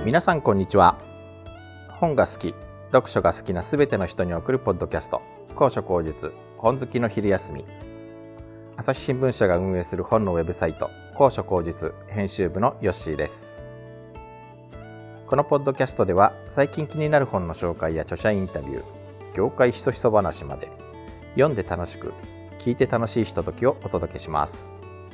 皆さんこんにちは。本が好き、読書が好きなすべての人に送るポッドキャスト、高所高実、本好きの昼休み。朝日新聞社が運営する本のウェブサイト、高所高実編集部のヨッシーです。このポッドキャストでは、最近気になる本の紹介や著者インタビュー、業界ひそひそ話まで、読んで楽しく、聞いて楽しいひとときをお届けします。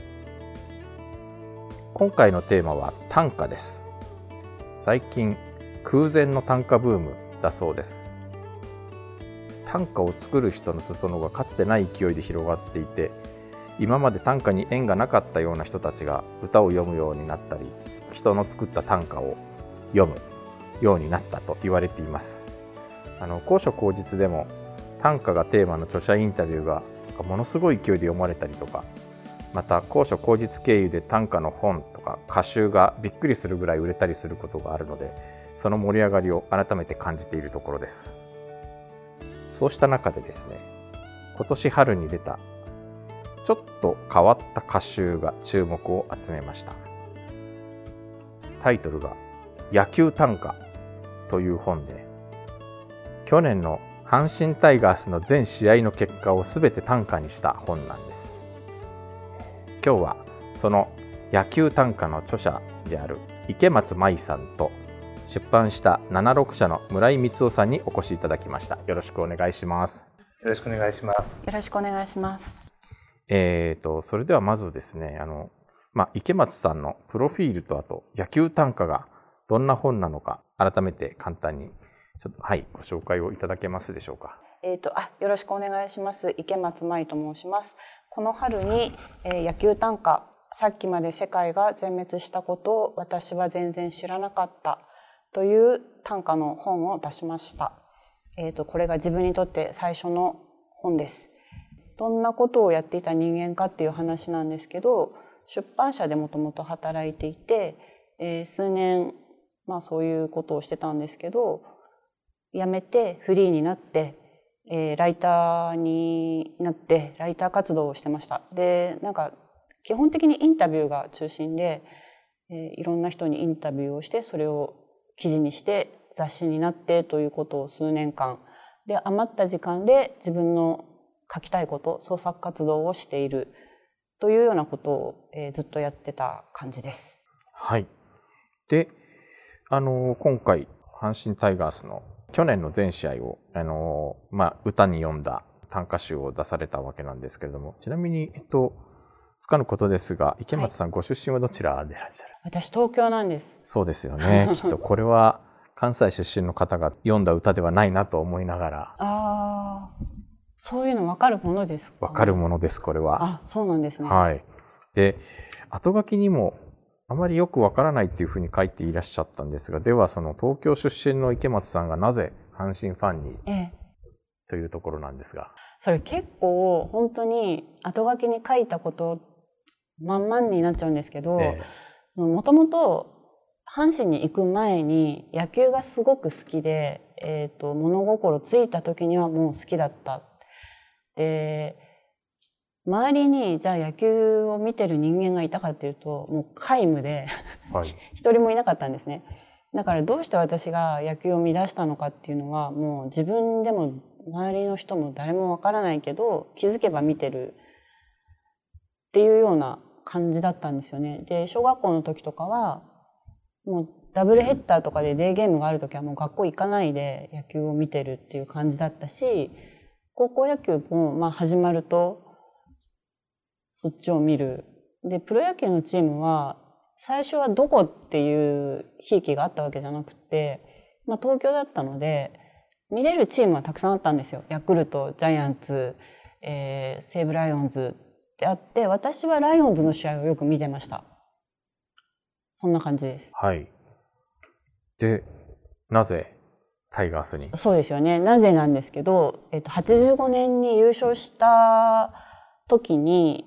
今回のテーマは短歌です。最近空前の短歌ブームだそうです。短歌を作る人の裾野がかつてない勢いで広がっていて、今まで短歌に縁がなかったような人たちが歌を読むようになったり、人の作った短歌を読むようになったと言われています。高所高実でも短歌がテーマの著者インタビューがものすごい勢いで読まれたりとか、また高所高実経由で短歌の本とか歌集がびっくりするぐらい売れたりすることがあるので、その盛り上がりを改めて感じているところです。そうした中でですね、今年春に出たちょっと変わった歌集が注目を集めました。タイトルが野球短歌という本で、去年の阪神タイガースの全試合の結果をすべて短歌にした本なんです。今日はその野球短歌の著者である池松舞さんと、出版した76社の村井光夫さんにお越しいただきました。よろしくお願いします。 よろしくお願いします。 よろしくお願いします。 それではまずですね、池松さんのプロフィールと、あと野球短歌がどんな本なのか、改めて簡単にちょっとご紹介をいただけますでしょうか。 よろしくお願いします。池松舞と申します。この春に、野球短歌、さっきまで世界が全滅したことを私は全然知らなかったという短歌の本を出しました。これが自分にとって最初の本です。どんなことをやっていた人間かっていう話なんですけど、出版社でもともと働いていて、数年、そういうことをしてたんですけど、辞めてフリーになって、ライターになってライター活動をしてました。で、基本的にインタビューが中心で、いろんな人にインタビューをして、それを記事にして雑誌になってということを数年間で、余った時間で自分の書きたいこと、創作活動をしているというようなことを、ずっとやってた感じです。 はい。で、今回阪神タイガースの去年の全試合を歌に読んだ短歌集を出されたわけなんですけれども、ちなみにつかぬことですが、池松さん、ご出身はどちらでいらっしゃる？ 私、東京なんです。 そうですよね。きっとこれは関西出身の方が読んだ歌ではないなと思いながら。 そういうの分かるものですか？ 分かるものです、これは。 そうなんですね。 はい。で、後書きにもあまりよく分からないっていうふうに書いていらっしゃったんですが、ではその東京出身の池松さんがなぜ阪神ファンに、というところなんですが。 それ結構本当に後書きに書いたこと満々になっちゃうんですけど、もともと阪神に行く前に野球がすごく好きで、物心ついた時にはもう好きだった。で、周りにじゃあ野球を見てる人間がいたかっていうと、もう皆無で一人もいなかったんですね。だからどうして私が野球を見出したのかっていうのは、もう自分でも周りの人も誰もわからないけど、気づけば見てるっていうような感じだったんですよね。で、小学校の時とかはもうダブルヘッダーとかでデーゲームがある時はもう学校行かないで野球を見てるっていう感じだったし、高校野球も始まるとそっちを見る。で、プロ野球のチームは最初はどこっていうひいきがあったわけじゃなくて、東京だったので見れるチームはたくさんあったんですよ。ヤクルト、ジャイアンツ、西武ライオンズってあって、私はライオンズの試合をよく見てました。そんな感じです。 はい。で、なぜタイガースに？ そうですよね。なぜなんですけど、85年に優勝した時に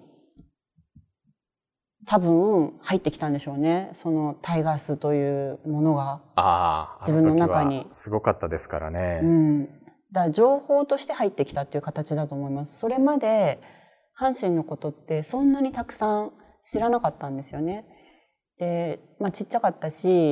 多分入ってきたんでしょうね。そのタイガースというものが自分の中に。 すごかったですからね。 だから情報として入ってきたっていう形だと思います。それまで阪神のことってそんなにたくさん知らなかったんですよね。で、ちっちゃかったし、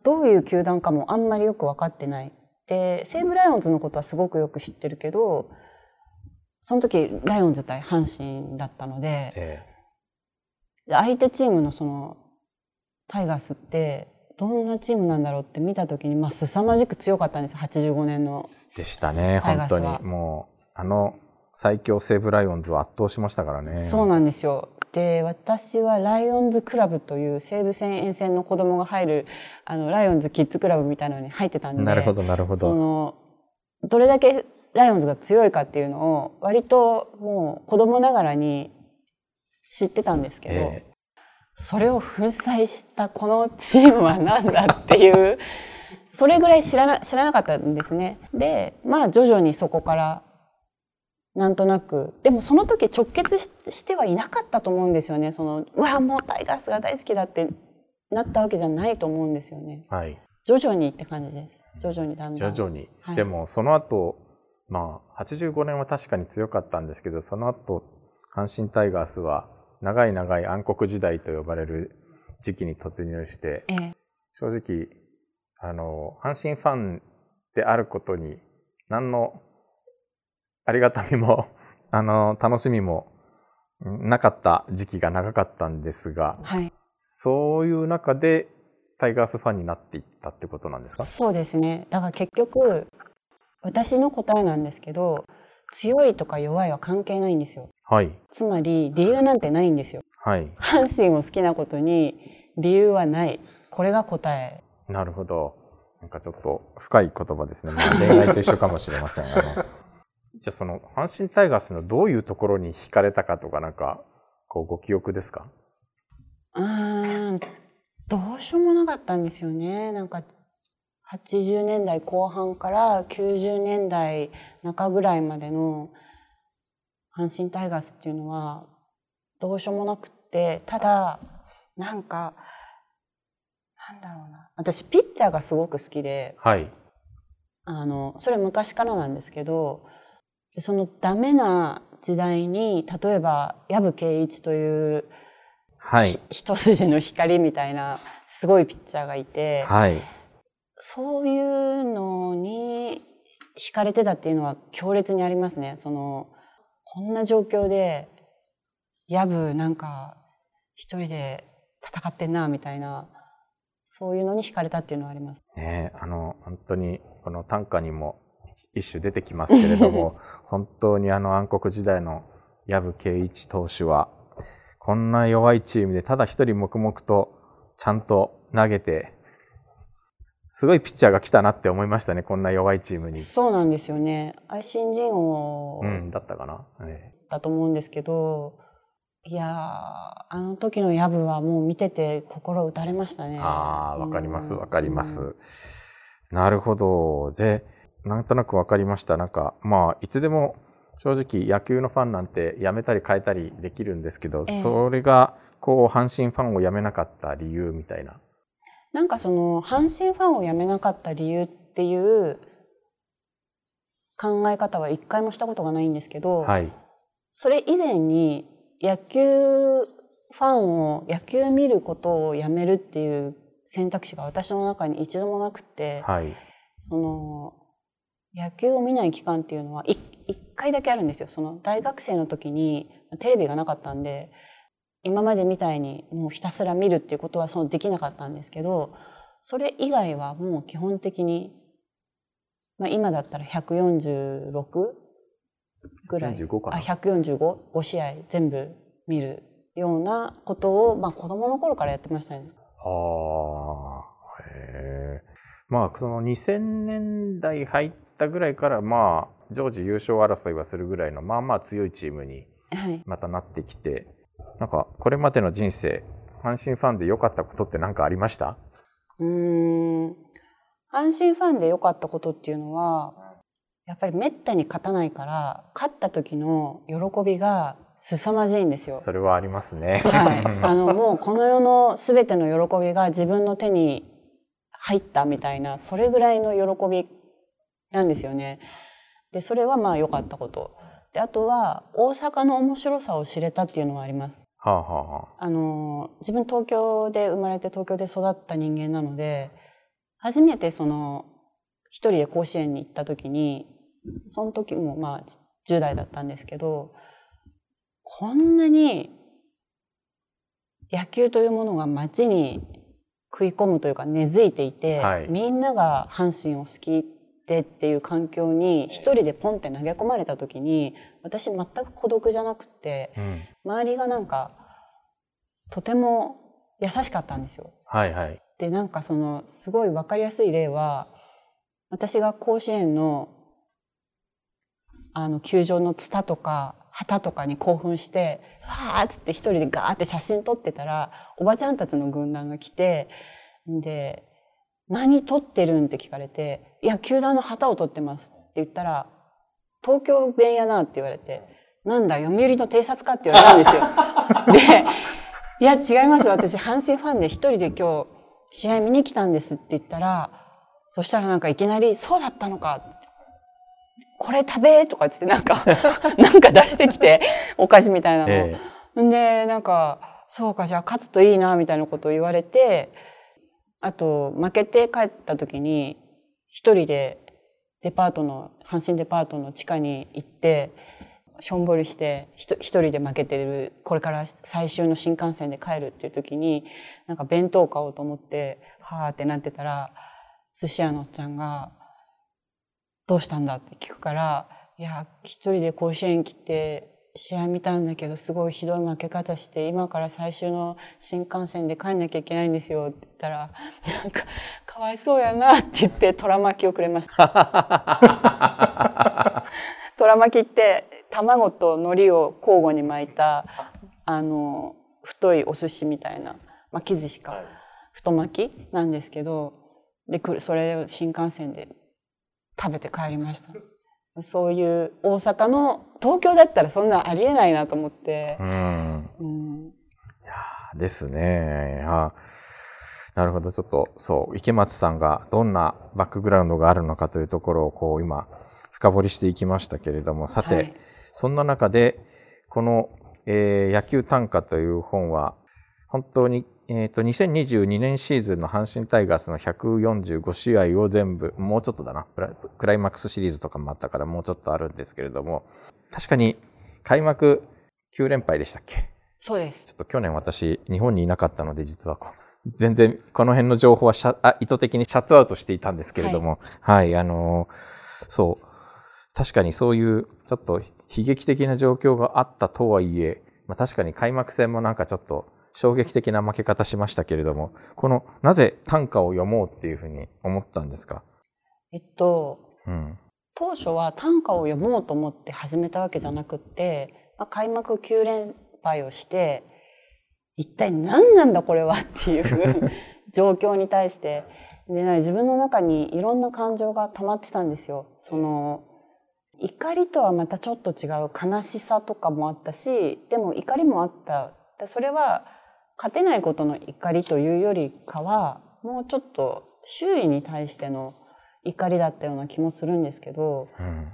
どういう球団かもあんまりよく分かってない。で、西武ライオンズのことはすごくよく知ってるけど、その時ライオンズ対阪神だったので、相手チームのそのタイガースってどんなチームなんだろうって見た時に、凄まじく強かったんです。85年のでしたね。本当にもう最強西武ライオンズを圧倒しましたからね。 そうなんですよ。で、私はライオンズクラブという西武線沿線の子供が入るライオンズキッズクラブみたいなのに入ってたんで、 なるほどなるほど。 どれだけライオンズが強いかっていうのを割ともう子供ながらに知ってたんですけど、それを粉砕したこのチームは何だっていうそれぐらい知らなかったんですね。で、徐々にそこからなんとなく、でもその時直結してはいなかったと思うんですよね。うわ、もうタイガースが大好きだってなったわけじゃないと思うんですよね。 はい。 徐々にって感じです。徐々にだんだん。 徐々に。 はい、 でもその後、85年は確かに強かったんですけど、その後、阪神タイガースは長い長い暗黒時代と呼ばれる時期に突入して、正直、阪神ファンであることに何のありがたみも楽しみもなかった時期が長かったんですが、 はい、 そういう中でタイガースファンになっていったってことなんですか？ そうですね。だから結局私の答えなんですけど、強いとか弱いは関係ないんですよ。 はい。 つまり理由なんてないんですよ。 はい。 阪神を好きなことに理由はない。これが答え。 なるほど。なんかちょっと深い言葉ですね。恋愛と一緒かもしれません。じゃあその阪神タイガースのどういうところに惹かれたかとか、なんかご記憶ですか？ どうしようもなかったんですよね。なんか80年代後半から90年代中ぐらいまでの阪神タイガースっていうのはどうしようもなくって、ただなんだろうな、私ピッチャーがすごく好きで、 はい、 それ昔からなんですけど、そのダメな時代に例えば藪恵一という、 はい、 一筋の光みたいなすごいピッチャーがいて、 はい、 そういうのに惹かれてたっていうのは強烈にありますね。こんな状況で藪なんか一人で戦ってんなみたいな、そういうのに惹かれたっていうのはあります。 ね、本当にこの短歌にも一種出てきますけれども本当に暗黒時代の藪恵一投手はこんな弱いチームでただ一人黙々とちゃんと投げて、すごいピッチャーが来たなって思いましたね。こんな弱いチームに。 そうなんですよね。新人王だったかな、 だと思うんですけど、いやあの時の藪はもう見てて心打たれましたね。 わかりますわかります、なるほど。で、なんとなくわかりました。なんかいつでも正直野球のファンなんて辞めたり変えたりできるんですけど、それがこう阪神ファンを辞めなかった理由みたいな。 なんか阪神ファンを辞めなかった理由っていう考え方は一回もしたことがないんですけど、 はい、 それ以前に野球見ることをやめるっていう選択肢が私の中に一度もなくて、 はい、 野球を見ない期間っていうのは一回だけあるんですよ。大学生の時にテレビがなかったんで、今までみたいにもうひたすら見るっていうことはできなかったんですけど、それ以外はもう基本的に、今だったら146ぐらい、 45かな、 145試合全部見るようなことを、子供の頃からやってましたね。 その2000年代入ったぐらいから常時優勝争いはするぐらいの強いチームにまたなってきて、なんかこれまでの人生阪神ファンで良かったことって何かありました？ 阪神ファンで良かったことっていうのは、やっぱりめったに勝たないから、勝った時の喜びが凄まじいんですよ。 それはありますね。 はい。もうこの世のすべての喜びが自分の手に入ったみたいな、それぐらいの喜びなんですよね。で、それは良かったこと。で、あとは大阪の面白さを知れたっていうのはあります。自分東京で生まれて東京で育った人間なので、 初めて一人で甲子園に行った時に、その時も10代だったんですけど、こんなに野球というものが街に食い込むというか根付いていて、はい、みんなが阪神を好きでっていう環境に一人でポンって投げ込まれた時に、私全く孤独じゃなくて、周りがなんかとても優しかったんですよ。 はいはい。 で、すごい分かりやすい例は、私が甲子園の球場のツタとか旗とかに興奮して、わーって一人でガーって写真撮ってたら、おばちゃんたちの軍団が来て、で、何撮ってるんって聞かれて、いや、球団の旗を撮ってますって言ったら、東京弁やなって言われて、なんだ、読売の偵察かって言われたんですよ。で、いや、違います。私、阪神ファンで一人で今日、試合見に来たんですって言ったら、そしたらいきなり、そうだったのか。これ食べとかってなんか出してきて、お菓子みたいなの。で、そうか、じゃあ勝つといいな、みたいなことを言われて、あと、負けて帰った時に、一人で阪神デパートの地下に行って、しょんぼりして、一人で負けてる、これから最終の新幹線で帰るっていう時に、弁当買おうと思って、はーってなってたら、寿司屋のおっちゃんが、どうしたんだって聞くから、いや、一人で甲子園来て、試合見たんだけど、すごいひどい負け方して、今から最終の新幹線で帰んなきゃいけないんですよって言ったら、かわいそうやなって言って、虎巻きをくれました。虎巻きって、卵と海苔を交互に巻いた、太いお寿司みたいな、巻き寿司か、太巻きなんですけど、で、それを新幹線で食べて帰りました。そういう大阪の、東京だったらそんなありえないなと思って。いやですね。なるほど。ちょっと、そう、池松さんがどんなバックグラウンドがあるのかというところを今、深掘りしていきましたけれども、さて、はい、そんな中で、この、野球短歌という本は、本当に、2022年シーズンの阪神タイガースの145試合を全部、もうちょっとだな、クライマックスシリーズとかもあったからもうちょっとあるんですけれども、確かに開幕9連敗でしたっけ？ そうです。 ちょっと去年私、日本にいなかったので、実は全然この辺の情報は意図的にシャットアウトしていたんですけれども、はい、そう、確かにそういうちょっと悲劇的な状況があったとはいえ、確かに開幕戦もちょっと衝撃的な負け方しましたけれども、なぜ短歌を読もうっていうふうに思ったんですか？ 当初は短歌を読もうと思って始めたわけじゃなくって、開幕9連敗をして、一体何なんだこれはっていう状況に対して、で、自分の中にいろんな感情が溜まってたんですよ。怒りとはまたちょっと違う悲しさとかもあったし、でも怒りもあった。それは勝てないことの怒りというよりかは、もうちょっと周囲に対しての怒りだったような気もするんですけど、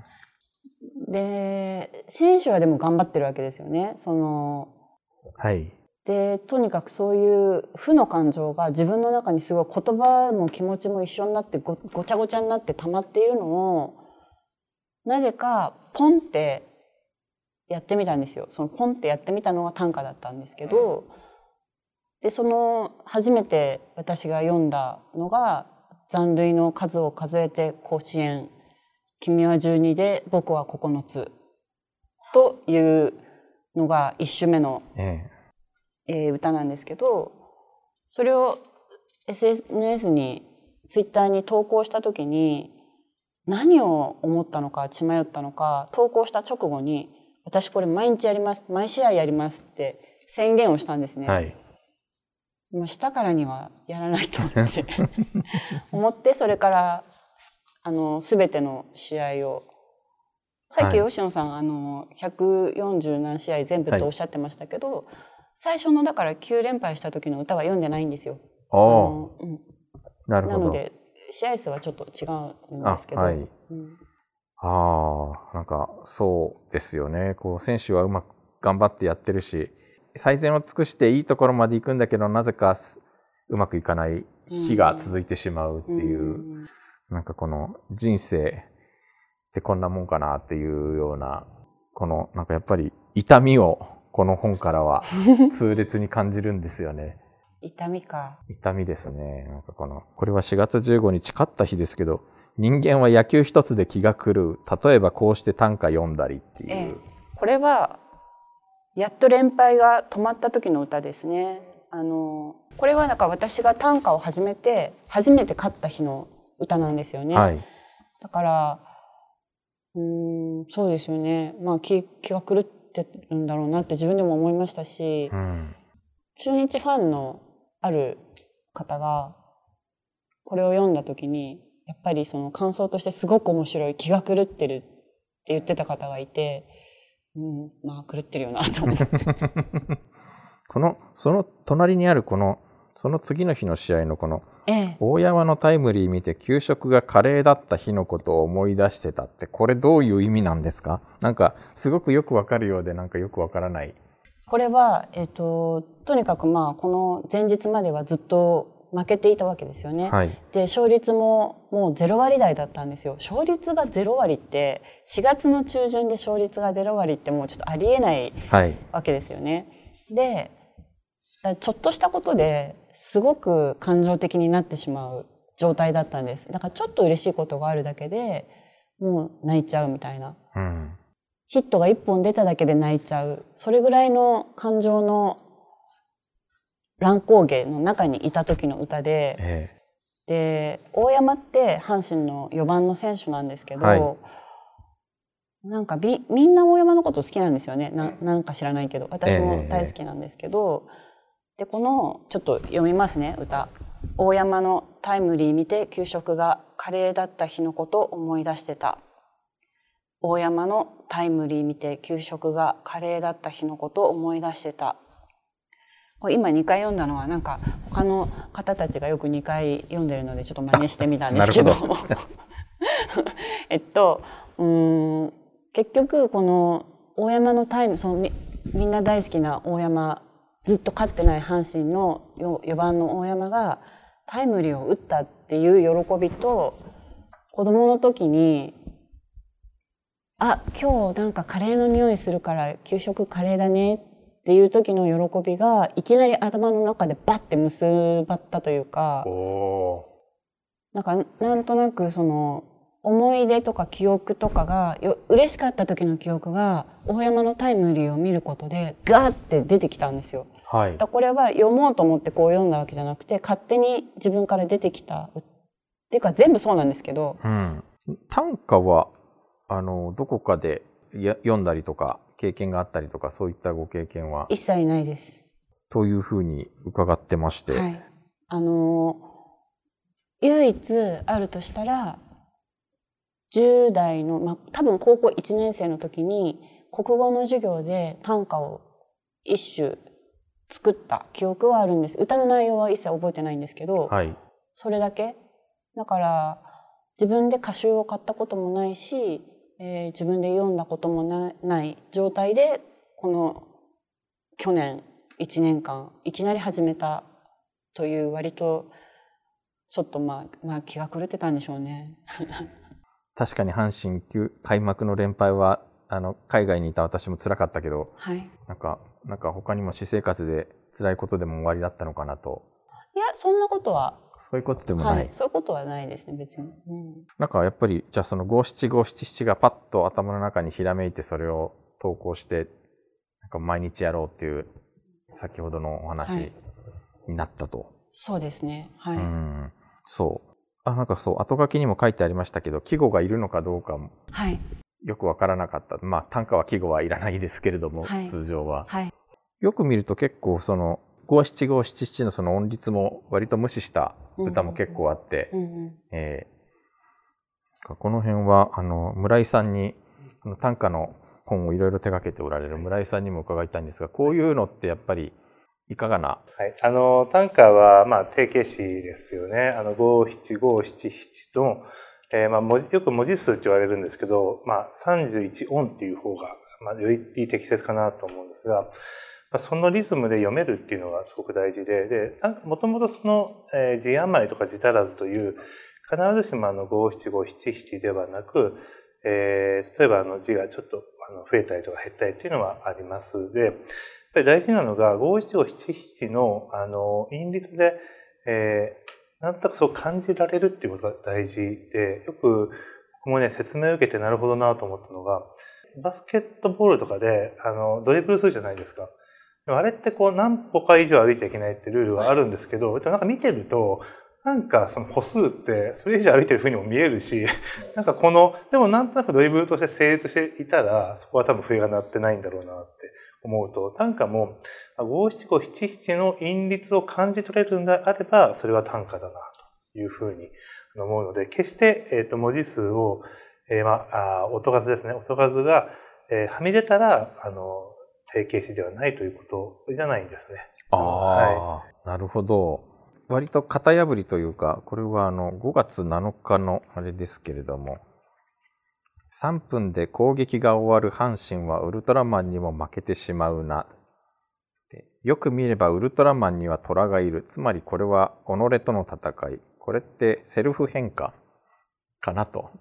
で、選手はでも頑張ってるわけですよね。 はい。 で、とにかくそういう負の感情が自分の中にすごい言葉も気持ちも一緒になってごちゃごちゃになって溜まっているのを、なぜかポンってやってみたんですよ。ポンってやってみたのが短歌だったんですけど、で、初めて私が読んだのが、残塁の数を数えて甲子園、君は12で僕は9つというのが一首目の、歌なんですけど、それを SNS に、ツイッターに投稿したときに、何を思ったのか血迷ったのか、投稿した直後に、私これ毎日やります、毎試合やりますって宣言をしたんですね。 はい。 もうしたからにはやらないと思ってそれからすべての試合を、さっき吉野さん140何試合全部とおっしゃってましたけど、最初のだから9連敗した時の歌は読んでないんですよ。 なるほど。 なので試合数はちょっと違うんですけど、 はい。そうですよね。選手はうまく頑張ってやってるし、最善を尽くしていいところまで行くんだけど、なぜかうまくいかない日が続いてしまうっていう、なんかこの人生ってこんなもんかなっていうような、このなんかやっぱり痛みをこの本からは痛烈に感じるんですよね。 痛みか。 痛みですね。なんかこれは4月15日勝った日ですけど、人間は野球一つで気が狂う。例えばこうして短歌読んだりっていう。 これはやっと連敗が止まった時の歌ですね。これはなんか私が短歌を始めて初めて勝った日の歌なんですよね。 はい、 だからそうですよね。まあ気が狂ってるんだろうなって自分でも思いましたし、中日ファンのある方がこれを読んだ時にやっぱりその感想としてすごく面白い、気が狂ってるって言ってた方がいて、まあ狂ってるよなと思ってその隣にあるその次の日の試合の大山のタイムリー見て給食がカレーだった日のことを思い出してたって、これどういう意味なんですか？なんかすごくよくわかるようでなんかよくわからない。 これは、とにかくまあこの前日まではずっと負けていたわけですよね。 はい、 で勝率ももう0割台だったんですよ。勝率が0割って4月の中旬で勝率が0割ってもうちょっとありえないわけですよね。でちょっとしたことですごく感情的になってしまう状態だったんです。だからちょっと嬉しいことがあるだけでもう泣いちゃうみたいな、ヒットが1本出ただけで泣いちゃう、それぐらいの感情の乱高下の中にいた時の歌で、で大山って阪神の4番の選手なんですけど、なんかみんな大山のこと好きなんですよね。なんか知らないけど私も大好きなんですけど、でこのちょっと読みますね歌。大山のタイムリー見て給食がカレーだった日のこと思い出してた。大山のタイムリー見て給食がカレーだった日のこと思い出してた。これ今2回読んだのはなんか他の方たちがよく2回読んでるのでちょっと真似してみたんですけど結局この大山のタイム、みんな大好きな大山、ずっと勝ってない阪神の4番の大山がタイムリーを打ったっていう喜びと、子供の時に今日なんかカレーの匂いするから給食カレーだねっていう時の喜びがいきなり頭の中でバッて結ばったというか、なんとなくその思い出とか記憶とかが嬉しかった時の記憶が大山のタイムリーを見ることでガーって出てきたんですよ。だこれは読もうと思ってこう読んだわけじゃなくて勝手に自分から出てきたっていうか全部そうなんですけど、 短歌はどこかで読んだりとか経験があったりとかそういったご経験は一切ないです。 というふうに伺ってまして、 唯一あるとしたら10代の、多分高校1年生の時に国語の授業で短歌を一首作った記憶はあるんです。歌の内容は一切覚えてないんですけど、それだけだから自分で歌集を買ったこともないし、自分で読んだこともない状態でこの去年1年間いきなり始めたという割とちょっと気が狂ってたんでしょうね確かに阪神開幕の連敗は海外にいた私も辛かったけど、なんか他にも私生活で辛いことでも終わりだったのかなと。 いやそんなことはそういうことでもない、 そういうことはないですね別に、 なんかやっぱりじゃあその五七五七七がパッと頭の中にひらめいてそれを投稿してなんか毎日やろうっていう先ほどのお話になったと。 そうですね、 なんか後書きにも書いてありましたけど季語がいるのかどうかもよくわからなかった。短歌は季語はいらないですけれども、通常は、よく見ると結構その五七五七七のその音律も割と無視した歌も結構あって、この辺は村井さんに短歌の本をいろいろ手掛けておられる村井さんにも伺いたいんですが、こういうのってやっぱりいかがな？ 短歌は定型詩ですよね。五七五七七と、よく文字数って言われるんですけど、31音っていう方がより適切かなと思うんですが、 そのリズムで読めるっていうのがすごく大事で、もともとその、字余りとか字足らずという、必ずしも五七五七七ではなく、例えば字がちょっと増えたりとか減ったりっていうのはあります。で、やっぱり大事なのが五七五七七の韻律で、なんとなくそう感じられるっていうことが大事で、よく僕もね、説明を受けてなるほどなと思ったのが、バスケットボールとかでドリブルするじゃないですか。あれって何歩か以上歩いちゃいけないってルールはあるんですけど、なんか見てると、なんかその歩数ってそれ以上歩いてる風にも見えるし、なんかでもなんとなくドリブルとして成立していたら、そこは多分笛が鳴ってないんだろうなって思うと、短歌も五七五七七の韻律を感じ取れるのであれば、それは短歌だなというふうに思うので、決して、文字数を、音数ですね。音数が、はみ出たら、定型詞ではないということじゃないんですね。 はい、なるほど。割と型破りというか、これは5月7日のあれですけれども、3分で攻撃が終わる阪神はウルトラマンにも負けてしまうな。よく見ればウルトラマンには虎がいる。つまりこれは己との戦い。これってセルフ変化かなと。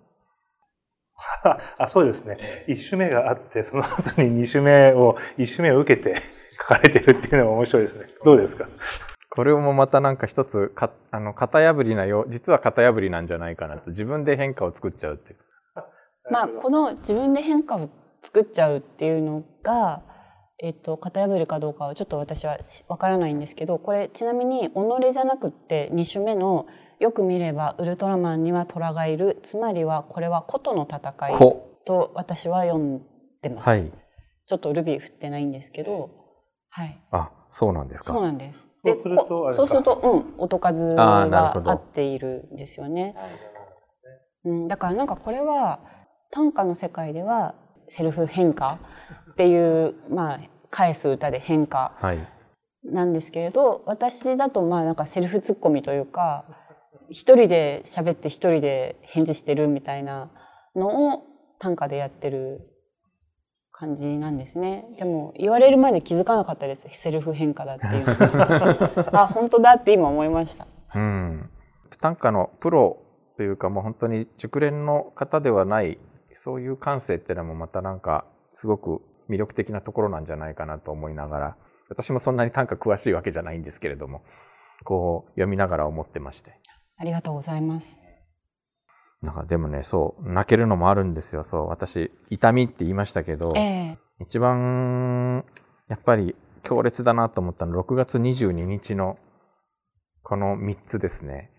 そうですね。1首目があって、その後に1首目を受けて書かれてるっていうのが面白いですね。どうですか？ これもまたなんか一つ型破り実は型破りなんじゃないかなと。自分で変化を作っちゃうっていう。 この自分で変化を作っちゃうっていうのが、型破りかどうかはちょっと私はわからないんですけど、これちなみに己じゃなくって2首目のよく見ればウルトラマンには虎がいる。つまりはこれは個との戦いと私は読んでます。はい、ちょっとルビー振ってないんですけど、はい。 そうなんですか。 そうなんです。 そうすると、音数が合っているんですよね。だからなんかこれは短歌の世界ではセルフ変化っていう、返す歌で変化なんですけれど、私だとなんかセルフツッコミというか、一人で喋って一人で返事してるみたいなのを短歌でやってる感じなんですね。でも言われる前に気づかなかったです。セルフ変化だっていうの。本当だって今思いました。 短歌のプロというか、もう本当に熟練の方ではないそういう感性っていうのもまたなんかすごく魅力的なところなんじゃないかなと思いながら、私もそんなに短歌詳しいわけじゃないんですけれども、読みながら思ってまして。 ありがとうございます。 なんかでもね、泣けるのもあるんですよ。私痛みって言いましたけど、一番やっぱり強烈だなと思ったのは6月22日のこの3つですね。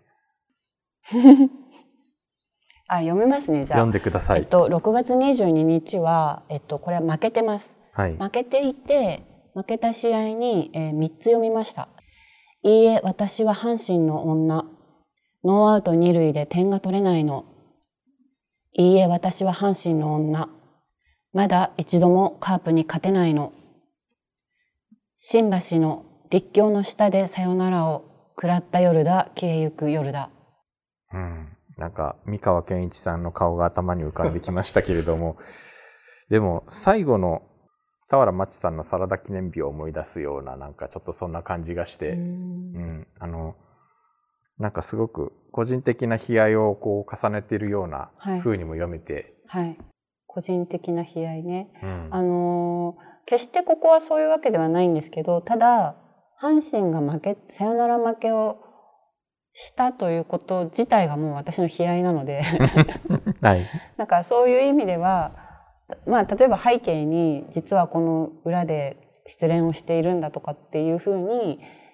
読めますね。じゃあ読んでください。 6月22日はこれは負けてます。 はい、 負けていて、負けた試合に、3つ読みました。いいえ、私は阪神の女。ノーアウト2塁で点が取れないの。いいえ、私は阪神の女。まだ一度もカープに勝てないの。新橋の立教の下でさよならを食らった夜だ、消えゆく夜だ。 なんか三河健一さんの顔が頭に浮かんできましたけれども、でも最後の田原町さんのサラダ記念日を思い出すような、なんかちょっとそんな感じがして、なんかすごく個人的な悲哀を重ねているような風にも読めて、 個人的な悲哀ね、決してここはそういうわけではないんですけど、ただ阪神がサヨナラ負けをしたということ自体がもう私の悲哀なのでなんかそういう意味では、例えば背景に実はこの裏で失恋をしているんだとかっていうふうに、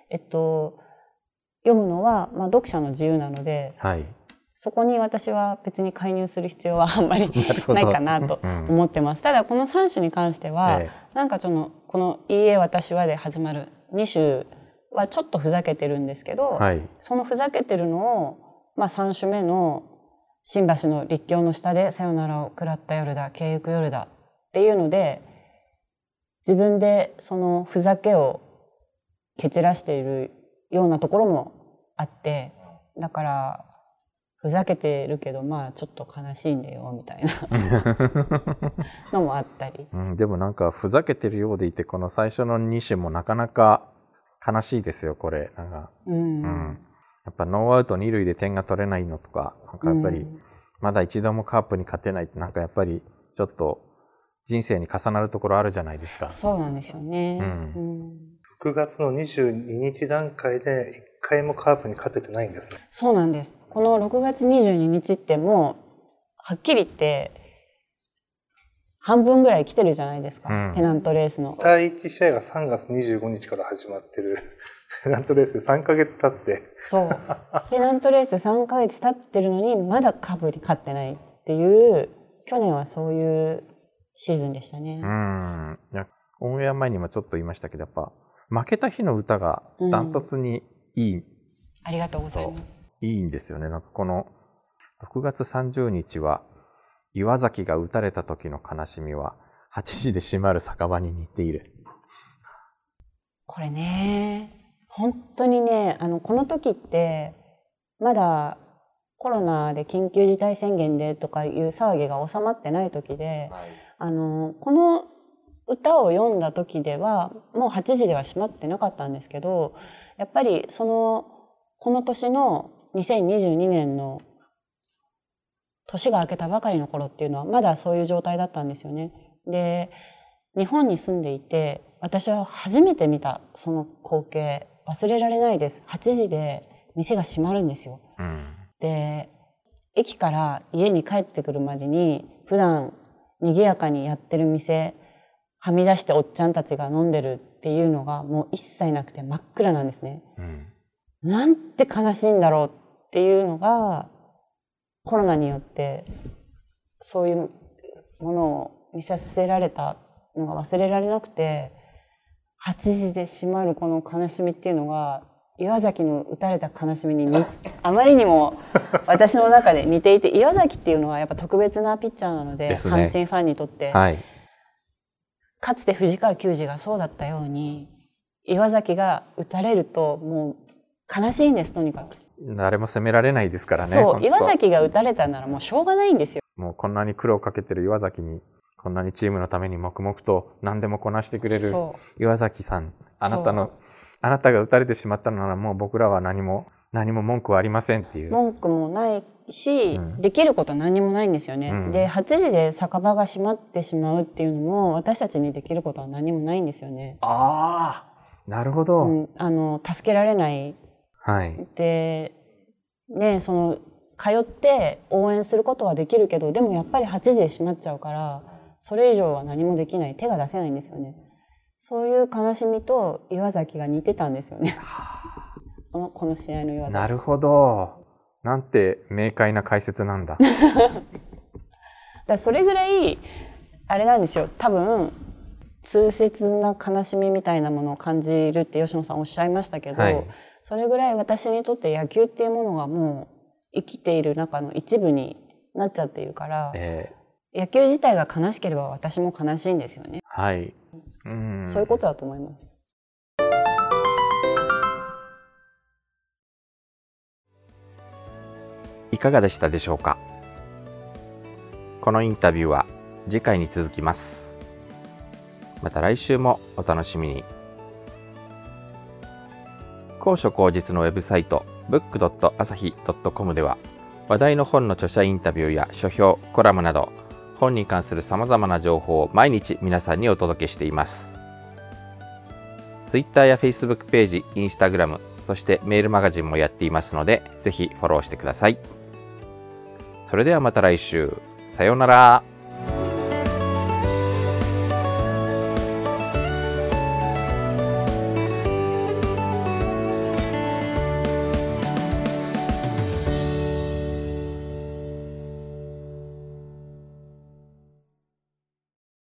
読むのは、読者の自由なので、そこに私は別に介入する必要はあんまりないかなと思ってます。ただこの3首に関しては、なんかこの「いいえ私は」で始まる2首はちょっとふざけてるんですけど、そのふざけてるのを、3首目の「新橋の立教の下でさよならを食らった夜だ、消えゆく夜だ」っていうので、自分でそのふざけを蹴散らしているようなところもあって、だからふざけてるけどまあちょっと悲しいんだよみたいなのもあったり、 でもなんかふざけてるようでいて、この最初の2種もなかなか悲しいですよこれ。なんか、やっぱノーアウト2塁で点が取れないのとか、なんかやっぱりまだ一度もカープに勝てないって、なんかやっぱりちょっと人生に重なるところあるじゃないですか。 そうなんですよね。 6月の22日段階で1回もカープに勝ててないんですね。 そうなんです。この6月22日ってもうはっきり言って半分ぐらい来てるじゃないですか、ペナントレースの。 第1試合が3月25日から始まってるペナントレースで3ヶ月経って。 そう。ペナントレース3ヶ月経ってるのにまだカープに勝ってないっていう、去年はそういうシーズンでしたね。 いや、オンエア前にもちょっと言いましたけど、やっぱ負けた日の歌がダントツにいい。 ありがとうございます。 いいんですよね。なんかこの6月30日は岩崎が打たれた時の悲しみは8時で閉まる酒場に似ている。 これね、本当にね、この時ってまだコロナで緊急事態宣言でとかいう騒ぎが収まってない時で、この歌を読んだ時ではもう8時では閉まってなかったんですけど、やっぱりこの年の2022年の年が明けたばかりの頃っていうのはまだそういう状態だったんですよね。で、日本に住んでいて私は初めて見たその光景忘れられないです。8時で店が閉まるんですよ。で、駅から家に帰ってくるまでに普段賑やかにやってる店はみ出しておっちゃんたちが飲んでるっていうのがもう一切なくて真っ暗なんですね。なんて悲しいんだろうっていうのがコロナによってそういうものを見させられたのが忘れられなくて、8時で閉まるこの悲しみっていうのが岩崎の打たれた悲しみにあまりにも私の中で似ていて、岩崎っていうのはやっぱ特別なピッチャーなので、阪神ファンにとって、かつて藤川球児がそうだったように岩崎が打たれるともう悲しいんです。とにかく誰も責められないですからね。 そう、岩崎が打たれたならもうしょうがないんですよ。 もうこんなに苦労をかけてる岩崎に、こんなにチームのために黙々と何でもこなしてくれる岩崎さん、あなたが打たれてしまったのならもう僕らは何も文句はありませんっていう。 文句もないし、できることは何もないんですよね。で、8時で酒場が閉まってしまうっていうのも私たちにできることは何もないんですよね。 なるほど。 助けられない。で、ね、通って応援することはできるけど、でもやっぱり8時で閉まっちゃうから、それ以上は何もできない、手が出せないんですよね。そういう悲しみと岩崎が似てたんですよね。この試合の岩崎。 なるほど。なんて明快な解説なんだ。 だそれぐらいあれなんですよ。多分痛切な悲しみみたいなものを感じるって吉野さんおっしゃいましたけど、それぐらい私にとって野球っていうものがもう生きている中の一部になっちゃっているから、野球自体が悲しければ私も悲しいんですよね。そういうことだと思います。 いかがでしたでしょうか。このインタビューは次回に続きます。また来週もお楽しみに。高所高実のウェブサイト book.asahi.com では話題の本の著者インタビューや書評、コラムなど本に関する様々な情報を毎日皆さんにお届けしています。Twitter や Facebook ページ、Instagram、そしてメールマガジンもやっていますので、ぜひフォローしてください。それではまた来週。さようなら。